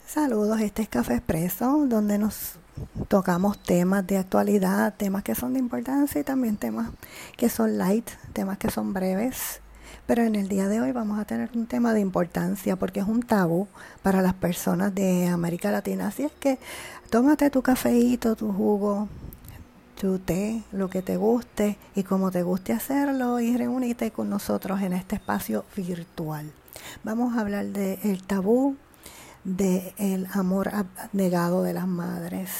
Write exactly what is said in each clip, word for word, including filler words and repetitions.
Saludos, este es Café Expreso, donde nos tocamos temas de actualidad, temas que son de importancia y también temas que son light, temas que son breves. Pero en el día de hoy vamos a tener un tema de importancia porque es un tabú para las personas de América Latina. Así es que tómate tu cafeíto, tu jugo, tu té, lo que te guste y como te guste hacerlo, y reúnete con nosotros en este espacio virtual. Vamos a hablar del tabú del amor abnegado de las madres.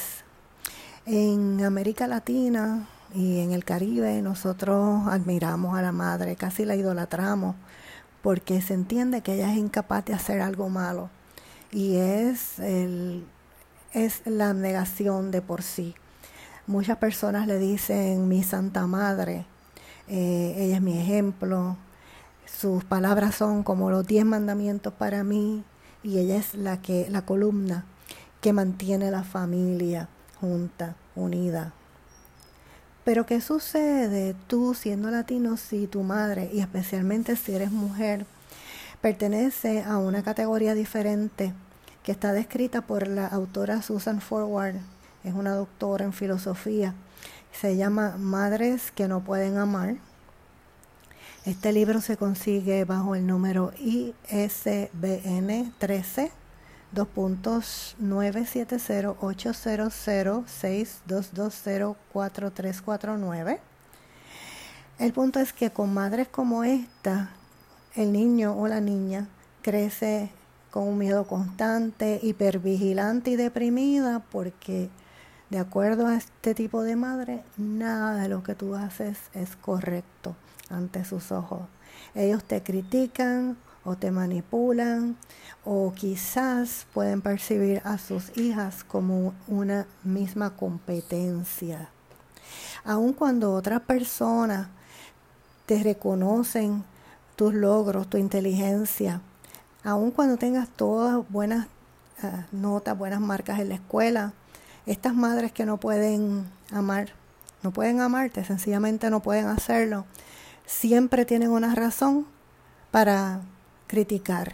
En América Latina y en el Caribe nosotros admiramos a la madre, casi la idolatramos, porque se entiende que ella es incapaz de hacer algo malo y es, el, es la abnegación de por sí. Muchas personas le dicen mi santa madre, eh, ella es mi ejemplo, sus palabras son como los diez mandamientos para mí, y ella es la que la columna que mantiene la familia junta, unida. Pero ¿qué sucede tú siendo latino si tu madre, y especialmente si eres mujer, pertenece a una categoría diferente que está descrita por la autora Susan Forward? Es una doctora en filosofía. Se llama Madres que no pueden amar. Este libro se consigue bajo el número I S B N trece dos nueve siete cero ocho cero cero seis dos dos cero cuatro tres cuatro nueve. El punto es que con madres como esta, el niño o la niña crece con un miedo constante, hipervigilante y deprimida, porque de acuerdo a este tipo de madre, nada de lo que tú haces es correcto ante sus ojos. Ellos te critican o te manipulan, o quizás pueden percibir a sus hijas como una misma competencia. Aun cuando otras personas te reconocen tus logros, tu inteligencia, aun cuando tengas todas buenas uh, notas, buenas marcas en la escuela, estas madres que no pueden amar, no pueden amarte, sencillamente no pueden hacerlo, siempre tienen una razón para criticar.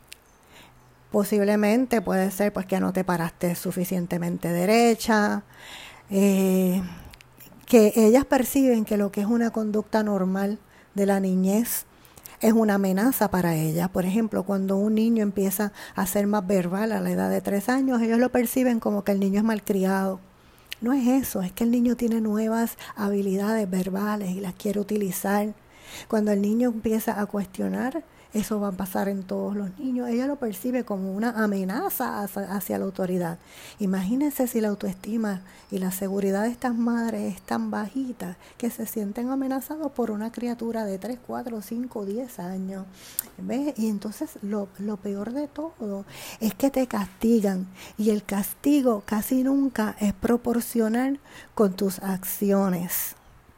Posiblemente puede ser pues que no te paraste suficientemente derecha, eh, que ellas perciben que lo que es una conducta normal de la niñez es una amenaza para ellas. Por ejemplo, cuando un niño empieza a ser más verbal a la edad de tres años, ellos lo perciben como que el niño es malcriado. No es eso, es que el niño tiene nuevas habilidades verbales y las quiere utilizar. Cuando el niño empieza a cuestionar, eso va a pasar en todos los niños. Ella lo percibe como una amenaza hacia, hacia la autoridad. Imagínense si la autoestima y la seguridad de estas madres es tan bajita que se sienten amenazados por una criatura de tres, cuatro, cinco, diez años. ¿Ves? Y entonces lo, lo peor de todo es que te castigan. Y el castigo casi nunca es proporcional con tus acciones.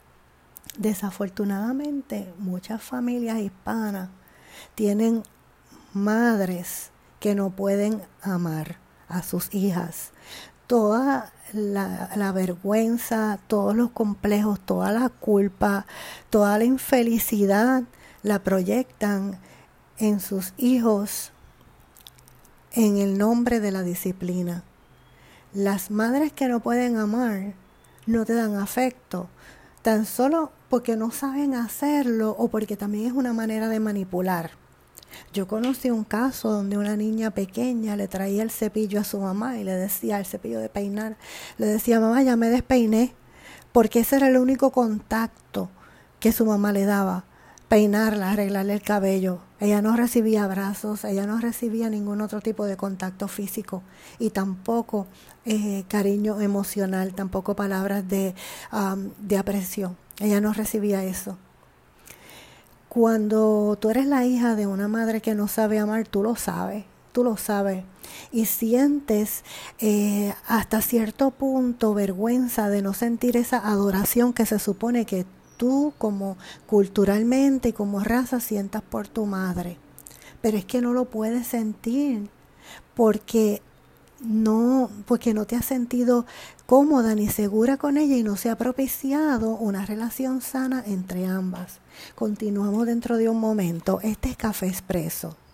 Desafortunadamente, muchas familias hispanas tienen madres que no pueden amar a sus hijas. Toda la, la vergüenza, todos los complejos, toda la culpa, toda la infelicidad la proyectan en sus hijos en el nombre de la disciplina. Las madres que no pueden amar no te dan afecto, tan solo porque no saben hacerlo o porque también es una manera de manipular. Yo conocí un caso donde una niña pequeña le traía el cepillo a su mamá y le decía, el cepillo de peinar, le decía, mamá, ya me despeiné, porque ese era el único contacto que su mamá le daba, peinarla, arreglarle el cabello. Ella no recibía abrazos, ella no recibía ningún otro tipo de contacto físico y tampoco eh, cariño emocional, tampoco palabras de, um, de aprecio. Ella no recibía eso. Cuando tú eres la hija de una madre que no sabe amar, tú lo sabes, tú lo sabes. Y sientes eh, hasta cierto punto vergüenza de no sentir esa adoración que se supone que tú como culturalmente y como raza sientas por tu madre. Pero es que no lo puedes sentir porque no, porque no te has sentido cómoda ni segura con ella y no se ha propiciado una relación sana entre ambas. Continuamos dentro de un momento. Este es Café Expreso.